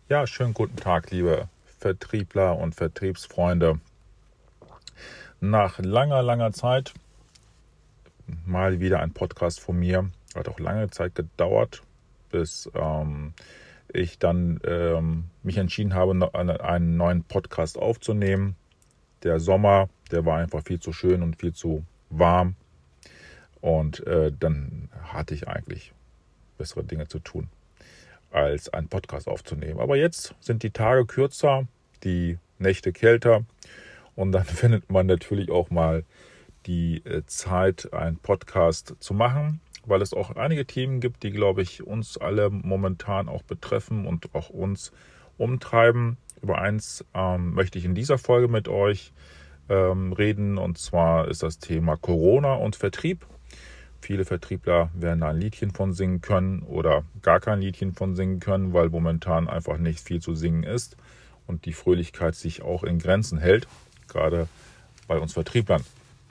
Ja, schönen guten Tag, liebe Vertriebler und Vertriebsfreunde. Nach langer Zeit mal wieder ein Podcast von mir. Hat auch lange Zeit gedauert, bis ich dann mich entschieden habe, einen neuen Podcast aufzunehmen. Der Sommer, der war einfach viel zu schön und viel zu warm. Und dann hatte ich eigentlich bessere Dinge zu tun, als einen Podcast aufzunehmen. Aber jetzt sind die Tage kürzer, die Nächte kälter und dann findet man natürlich auch mal die Zeit, einen Podcast zu machen, weil es auch einige Themen gibt, die, glaube ich, uns alle momentan auch betreffen und auch uns umtreiben. Über eins möchte ich in dieser Folge mit euch reden, und zwar ist das Thema Corona und Vertrieb. Viele Vertriebler werden da ein Liedchen von singen können oder gar kein Liedchen von singen können, weil momentan einfach nicht viel zu singen ist und die Fröhlichkeit sich auch in Grenzen hält, gerade bei uns Vertrieblern.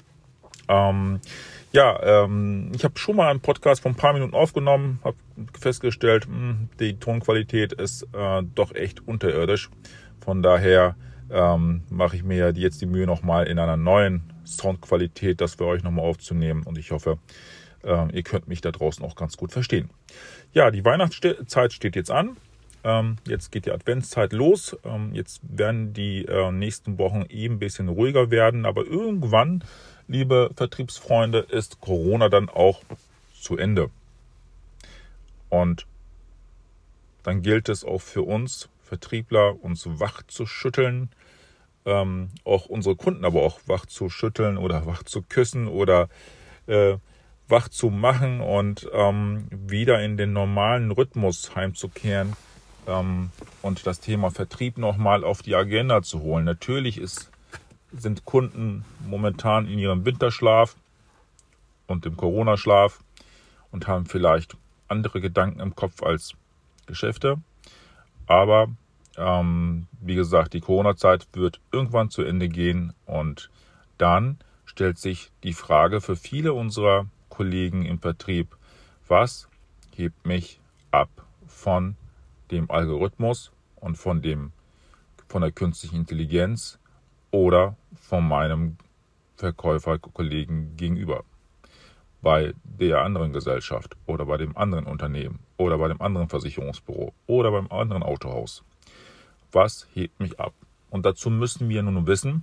Ich habe schon mal einen Podcast von ein paar Minuten aufgenommen, habe festgestellt, die Tonqualität ist doch echt unterirdisch. Von daher mache ich mir jetzt die Mühe, nochmal in einer neuen Soundqualität das für euch nochmal aufzunehmen, und ich hoffe, ihr könnt mich da draußen auch ganz gut verstehen. Ja, die Weihnachtszeit steht jetzt an. Jetzt geht die Adventszeit los. Jetzt werden die nächsten Wochen ein bisschen ruhiger werden. Aber irgendwann, liebe Vertriebsfreunde, ist Corona dann auch zu Ende. Und dann gilt es auch für uns Vertriebler, uns wach zu schütteln, auch unsere Kunden aber auch wach zu schütteln oder wach zu küssen oder wach zu machen und wieder in den normalen Rhythmus heimzukehren und das Thema Vertrieb nochmal auf die Agenda zu holen. Natürlich sind Kunden momentan in ihrem Winterschlaf und im Corona-Schlaf und haben vielleicht andere Gedanken im Kopf als Geschäfte. Aber wie gesagt, die Corona-Zeit wird irgendwann zu Ende gehen, und dann stellt sich die Frage für viele unserer Kollegen im Vertrieb: Was hebt mich ab von dem Algorithmus und von der künstlichen Intelligenz oder von meinem Verkäuferkollegen gegenüber? Bei der anderen Gesellschaft oder bei dem anderen Unternehmen oder bei dem anderen Versicherungsbüro oder beim anderen Autohaus. Was hebt mich ab? Und dazu müssen wir nun wissen,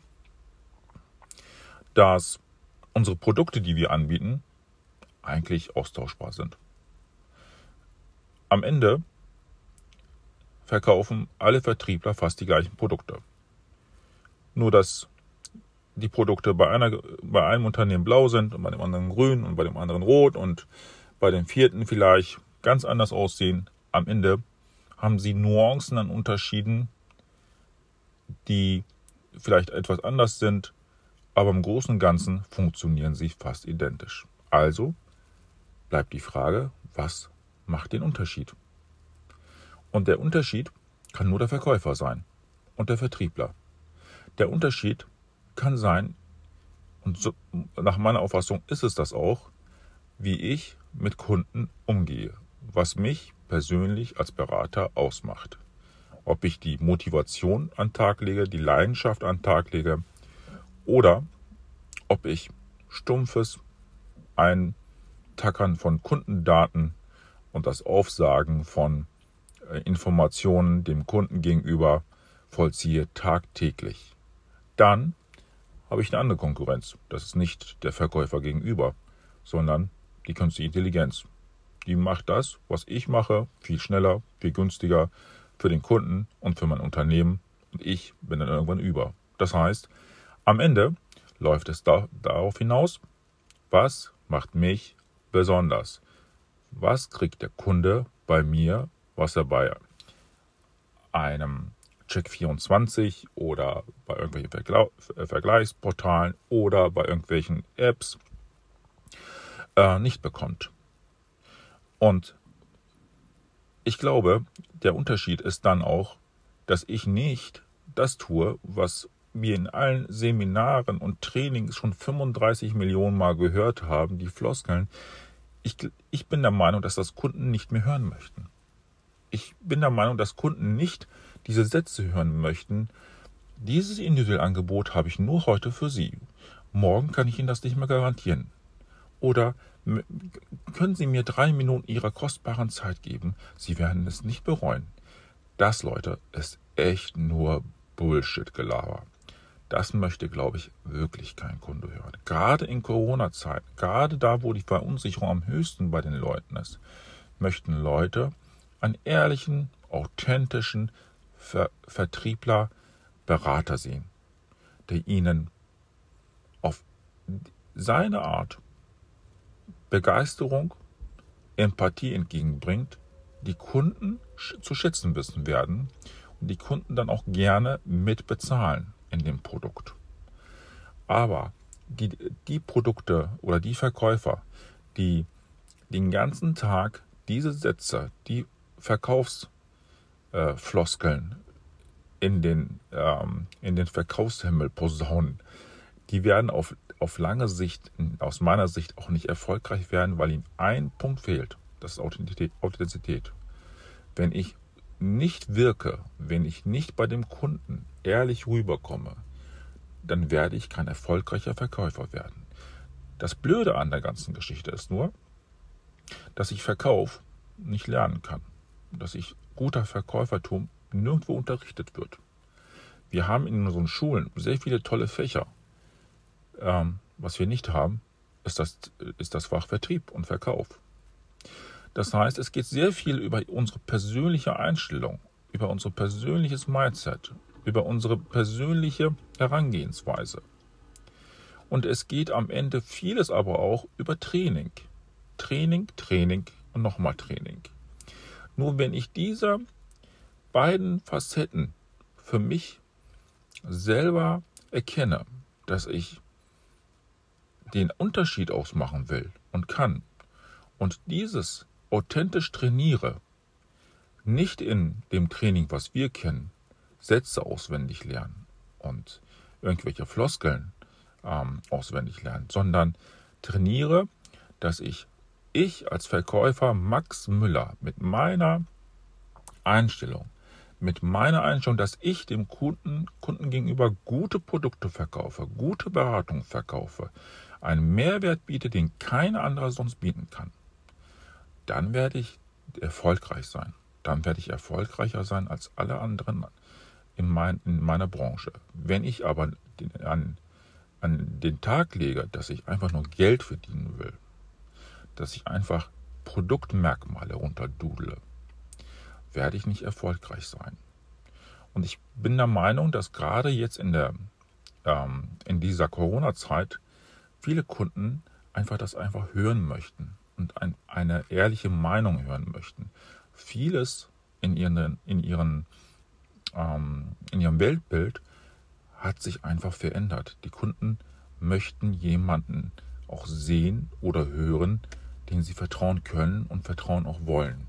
dass unsere Produkte, die wir anbieten, eigentlich austauschbar sind. Am Ende verkaufen alle Vertriebler fast die gleichen Produkte. Nur dass die Produkte bei einem Unternehmen blau sind und bei dem anderen grün und bei dem anderen rot und bei dem vierten vielleicht ganz anders aussehen. Am Ende haben sie Nuancen an Unterschieden, die vielleicht etwas anders sind, aber im Großen und Ganzen funktionieren sie fast identisch. Also bleibt die Frage, was macht den Unterschied? Und der Unterschied kann nur der Verkäufer sein und der Vertriebler. Der Unterschied kann sein, und so, nach meiner Auffassung ist es das auch, wie ich mit Kunden umgehe, was mich persönlich als Berater ausmacht. Ob ich die Motivation an den Tag lege, die Leidenschaft an den Tag lege, oder ob ich stumpfes Eintackern von Kundendaten und das Aufsagen von Informationen dem Kunden gegenüber vollziehe tagtäglich. Dann habe ich eine andere Konkurrenz. Das ist nicht der Verkäufer gegenüber, sondern die künstliche Intelligenz. Die macht das, was ich mache, viel schneller, viel günstiger für den Kunden und für mein Unternehmen, und ich bin dann irgendwann über. Das heißt, am Ende läuft es darauf hinaus, was macht mich besonders? Was kriegt der Kunde bei mir, was er bei einem Check24 oder bei irgendwelchen Vergleichsportalen oder bei irgendwelchen Apps nicht bekommt? Und ich glaube, der Unterschied ist dann auch, dass ich nicht das tue, was wir in allen Seminaren und Trainings schon 35 Millionen Mal gehört haben, die Floskeln. Ich bin der Meinung, dass das Kunden nicht mehr hören möchten. Ich bin der Meinung, dass Kunden nicht diese Sätze hören möchten. Dieses individuelle Angebot habe ich nur heute für Sie. Morgen kann ich Ihnen das nicht mehr garantieren. Oder können Sie mir 3 Minuten Ihrer kostbaren Zeit geben? Sie werden es nicht bereuen. Das, Leute, ist echt nur Bullshit-Gelaber. Das möchte, glaube ich, wirklich kein Kunde hören. Gerade in Corona-Zeiten, gerade da, wo die Verunsicherung am höchsten bei den Leuten ist, möchten Leute einen ehrlichen, authentischen Vertriebler, Berater sehen, der ihnen auf seine Art Begeisterung, Empathie entgegenbringt, die Kunden zu schätzen wissen werden und die Kunden dann auch gerne mitbezahlen in dem Produkt. Aber die Produkte oder die Verkäufer, die den ganzen Tag diese Sätze, die Verkaufsfloskeln in den Verkaufshimmel posaunen, die werden auf lange Sicht, aus meiner Sicht, auch nicht erfolgreich werden, weil ihnen ein Punkt fehlt. Das ist Authentizität. Wenn ich nicht wirke, wenn ich nicht bei dem Kunden ehrlich rüberkomme, dann werde ich kein erfolgreicher Verkäufer werden. Das Blöde an der ganzen Geschichte ist nur, dass ich Verkauf nicht lernen kann. Dass ich guter Verkäufertum nirgendwo unterrichtet wird. Wir haben in unseren Schulen sehr viele tolle Fächer. Was wir nicht haben, ist das Fach Vertrieb und Verkauf. Das heißt, es geht sehr viel über unsere persönliche Einstellung, über unser persönliches Mindset, über unsere persönliche Herangehensweise. Und es geht am Ende vieles aber auch über Training. Training und nochmal Training. Nur wenn ich diese beiden Facetten für mich selber erkenne, dass ich den Unterschied ausmachen will und kann und dieses authentisch trainiere, nicht in dem Training, was wir kennen, Sätze auswendig lernen und irgendwelche Floskeln auswendig lernen, sondern trainiere, dass ich als Verkäufer Max Müller mit meiner Einstellung, dass ich dem Kunden gegenüber gute Produkte verkaufe, gute Beratung verkaufe, einen Mehrwert biete, den kein anderer sonst bieten kann, dann werde ich erfolgreich sein. Dann werde ich erfolgreicher sein als alle anderen in meiner Branche. Wenn ich aber an den Tag lege, dass ich einfach nur Geld verdienen will, dass ich einfach Produktmerkmale runterdudle, werde ich nicht erfolgreich sein. Und ich bin der Meinung, dass gerade jetzt in dieser Corona-Zeit viele Kunden das einfach hören möchten und eine ehrliche Meinung hören möchten. Vieles in ihrem Weltbild hat sich einfach verändert. Die Kunden möchten jemanden auch sehen oder hören, dem sie vertrauen können und vertrauen auch wollen.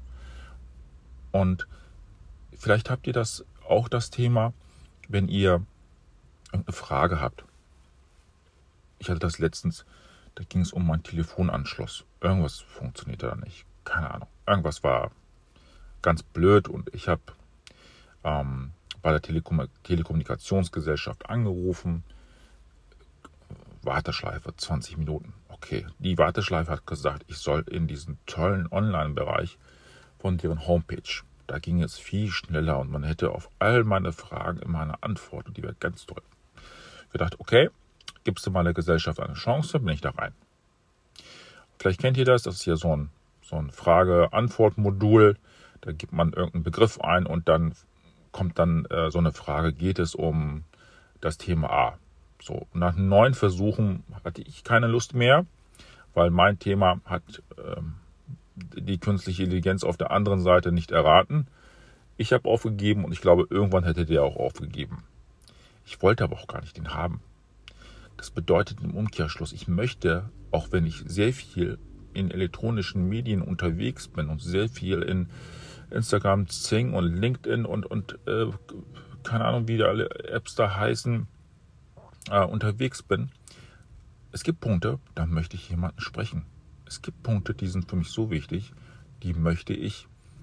Und vielleicht habt ihr das Thema, wenn ihr irgendeine Frage habt. Ich hatte das letztens, da ging es um meinen Telefonanschluss. Irgendwas funktionierte da nicht. Keine Ahnung. Irgendwas war ganz blöd und ich habe bei der Telekommunikationsgesellschaft angerufen. Warteschleife 20 Minuten. Okay, die Warteschleife hat gesagt, ich soll in diesen tollen Online-Bereich von deren Homepage. Da ging es viel schneller und man hätte auf all meine Fragen immer eine Antwort und die wäre ganz toll. Ich dachte, okay, gibst du mal der Gesellschaft eine Chance, bin ich da rein. Vielleicht kennt ihr das ist hier so ein Frage-Antwort-Modul. Da gibt man irgendeinen Begriff ein und dann kommt dann so eine Frage, geht es um das Thema A. So, nach 9 Versuchen hatte ich keine Lust mehr, weil mein Thema hat die künstliche Intelligenz auf der anderen Seite nicht erraten. Ich habe aufgegeben und ich glaube, irgendwann hätte der auch aufgegeben. Ich wollte aber auch gar nicht den haben. Das bedeutet im Umkehrschluss, ich möchte, auch wenn ich sehr viel in elektronischen Medien unterwegs bin und sehr viel in Instagram, Xing und LinkedIn und keine Ahnung, wie alle Apps da heißen, unterwegs bin. Es gibt Punkte, da möchte ich jemanden sprechen. Es gibt Punkte, die sind für mich so wichtig, die möchte ich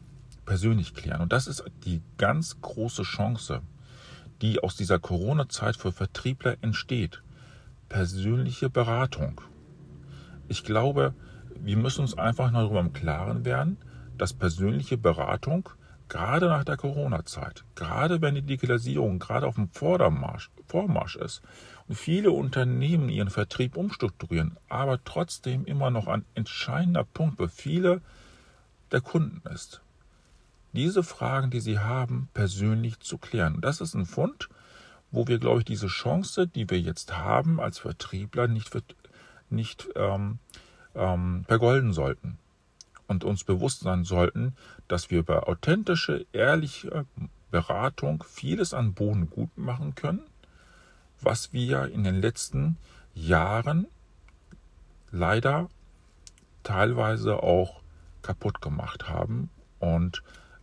persönlich klären. Und das ist die ganz große Chance, die aus dieser Corona-Zeit für Vertriebler entsteht. Persönliche Beratung. Ich glaube, wir müssen uns einfach noch darüber im Klaren werden, dass persönliche Beratung gerade nach der Corona-Zeit, gerade wenn die Digitalisierung gerade auf dem Vormarsch ist und viele Unternehmen ihren Vertrieb umstrukturieren, aber trotzdem immer noch ein entscheidender Punkt für viele der Kunden ist, diese Fragen, die sie haben, persönlich zu klären. Und das ist ein Fund, wo wir, glaube ich, diese Chance, die wir jetzt haben als Vertriebler, nicht vergolden sollten. Und uns bewusst sein sollten, dass wir bei authentischer, ehrlicher Beratung vieles an Boden gut machen können, was wir in den letzten Jahren leider teilweise auch kaputt gemacht haben und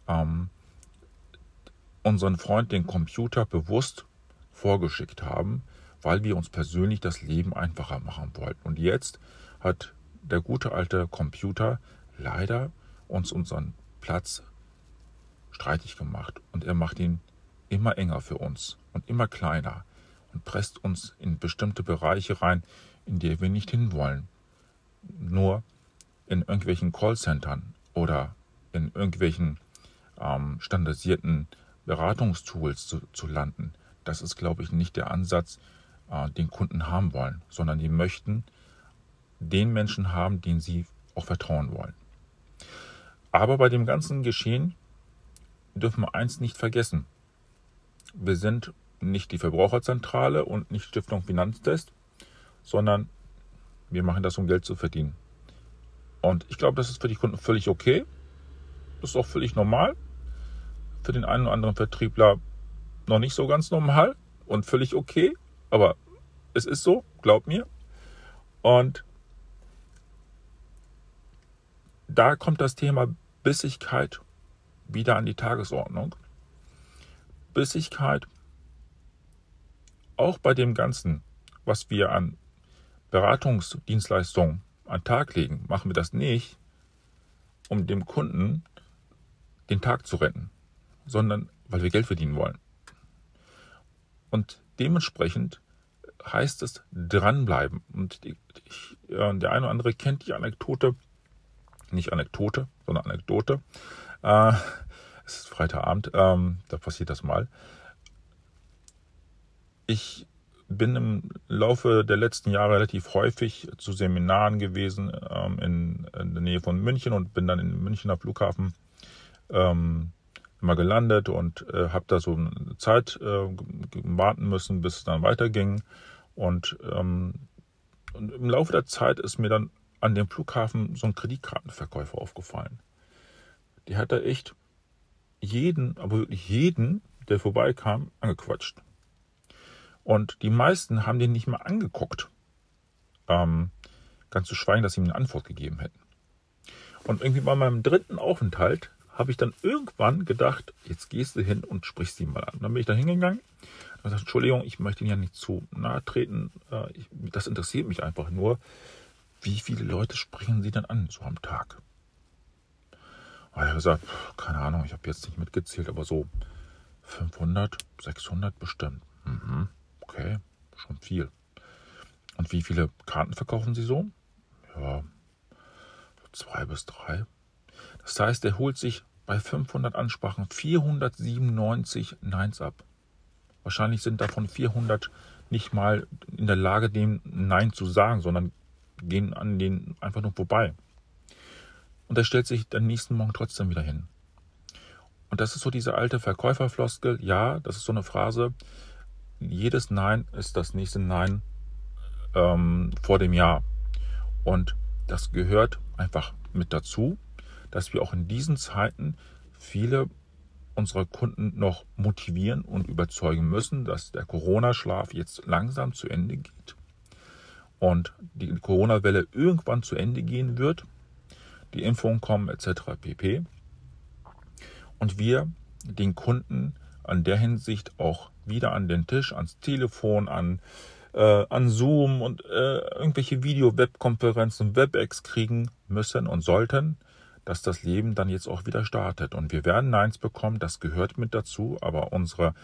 unseren Freund den Computer bewusst vorgeschickt haben, weil wir uns persönlich das Leben einfacher machen wollten. Und jetzt hat der gute alte Computer leider uns unseren Platz streitig gemacht und er macht ihn immer enger für uns und immer kleiner und presst uns in bestimmte Bereiche rein, in die wir nicht hinwollen. Nur in irgendwelchen Callcentern oder in irgendwelchen standardisierten Beratungstools zu landen. Das ist, glaube ich, nicht der Ansatz, den Kunden haben wollen, sondern die möchten den Menschen haben, denen sie auch vertrauen wollen. Aber bei dem ganzen Geschehen dürfen wir eins nicht vergessen. Wir sind nicht die Verbraucherzentrale und nicht Stiftung Finanztest, sondern wir machen das, um Geld zu verdienen. Und ich glaube, das ist für die Kunden völlig okay. Das ist auch völlig normal. Für den einen oder anderen Vertriebler noch nicht so ganz normal und völlig okay. Aber es ist so, glaub mir. Und da kommt das Thema Bissigkeit wieder an die Tagesordnung. Bissigkeit auch bei dem Ganzen, was wir an Beratungsdienstleistungen an den Tag legen, machen wir das nicht, um dem Kunden den Tag zu retten, sondern weil wir Geld verdienen wollen. Und dementsprechend heißt es dranbleiben. Und der eine oder andere kennt die Anekdote, nicht Anekdote, sondern Anekdote. Es ist Freitagabend, da passiert das mal. Ich bin im Laufe der letzten Jahre relativ häufig zu Seminaren gewesen in der Nähe von München und bin dann im Münchner Flughafen immer gelandet und habe da so eine Zeit warten müssen, bis es dann weiterging. Und im Laufe der Zeit ist mir dann an dem Flughafen so ein Kreditkartenverkäufer aufgefallen. Die hat da echt jeden, aber wirklich jeden, der vorbeikam, angequatscht. Und die meisten haben den nicht mal angeguckt. Ganz zu schweigen, dass sie ihm eine Antwort gegeben hätten. Und irgendwie bei meinem dritten Aufenthalt habe ich dann irgendwann gedacht, jetzt gehst du hin und sprichst ihn mal an. Und dann bin ich da hingegangen und gesagt, Entschuldigung, ich möchte Ihnen ja nicht zu nahe treten. Das interessiert mich einfach nur. Wie viele Leute sprechen Sie denn an so am Tag? Und er hat gesagt, keine Ahnung, ich habe jetzt nicht mitgezählt, aber so 500, 600 bestimmt. Okay, schon viel. Und wie viele Karten verkaufen Sie so? Ja, 2 bis 3. Das heißt, er holt sich bei 500 Ansprachen 497 Neins ab. Wahrscheinlich sind davon 400 nicht mal in der Lage, dem Nein zu sagen, sondern gehen an denen einfach nur vorbei. Und er stellt sich den nächsten Morgen trotzdem wieder hin. Und das ist so diese alte Verkäuferfloskel. Ja, das ist so eine Phrase. Jedes Nein ist das nächste Nein vor dem Ja. Und das gehört einfach mit dazu, dass wir auch in diesen Zeiten viele unserer Kunden noch motivieren und überzeugen müssen, dass der Corona-Schlaf jetzt langsam zu Ende geht und die Corona-Welle irgendwann zu Ende gehen wird, die Impfungen kommen etc. pp. Und wir den Kunden an der Hinsicht auch wieder an den Tisch, ans Telefon, an Zoom und irgendwelche Video-Webkonferenzen, WebEx kriegen müssen und sollten, dass das Leben dann jetzt auch wieder startet. Und wir werden Neins bekommen, das gehört mit dazu, aber unsere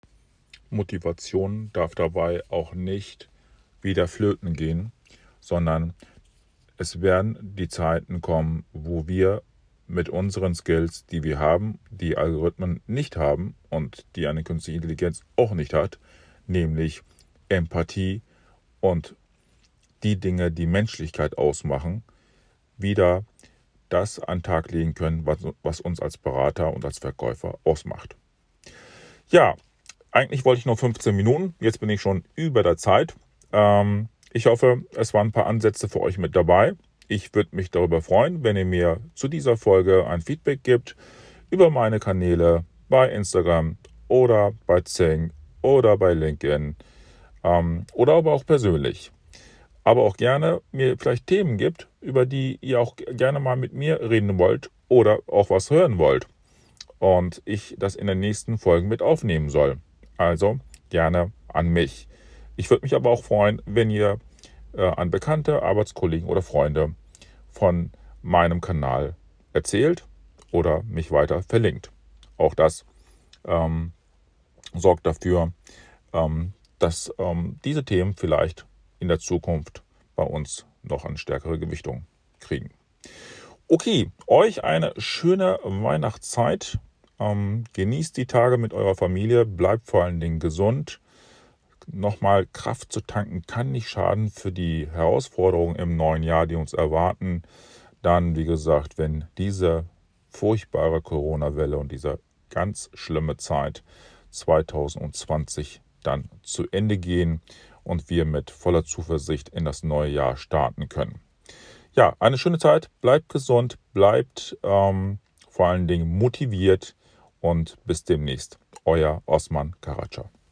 Motivation darf dabei auch nicht wieder flöten gehen, sondern es werden die Zeiten kommen, wo wir mit unseren Skills, die wir haben, die Algorithmen nicht haben und die eine künstliche Intelligenz auch nicht hat, nämlich Empathie und die Dinge, die Menschlichkeit ausmachen, wieder das an den Tag legen können, was uns als Berater und als Verkäufer ausmacht. Ja, eigentlich wollte ich nur 15 Minuten, jetzt bin ich schon über der Zeit. Ich hoffe, es waren ein paar Ansätze für euch mit dabei. Ich würde mich darüber freuen, wenn ihr mir zu dieser Folge ein Feedback gibt über meine Kanäle bei Instagram oder bei Xing oder bei LinkedIn oder aber auch persönlich. Aber auch gerne mir vielleicht Themen gibt, über die ihr auch gerne mal mit mir reden wollt oder auch was hören wollt und ich das in den nächsten Folgen mit aufnehmen soll. Also gerne an mich. Ich würde mich aber auch freuen, wenn ihr an Bekannte, Arbeitskollegen oder Freunde von meinem Kanal erzählt oder mich weiter verlinkt. Auch das sorgt dafür, dass diese Themen vielleicht in der Zukunft bei uns noch eine stärkere Gewichtung kriegen. Okay, euch eine schöne Weihnachtszeit. Genießt die Tage mit eurer Familie, bleibt vor allen Dingen gesund. Nochmal Kraft zu tanken kann nicht schaden für die Herausforderungen im neuen Jahr, die uns erwarten. Dann, wie gesagt, wenn diese furchtbare Corona-Welle und diese ganz schlimme Zeit 2020 dann zu Ende gehen und wir mit voller Zuversicht in das neue Jahr starten können. Ja, eine schöne Zeit, bleibt gesund, bleibt vor allen Dingen motiviert und bis demnächst. Euer Osman Karaca.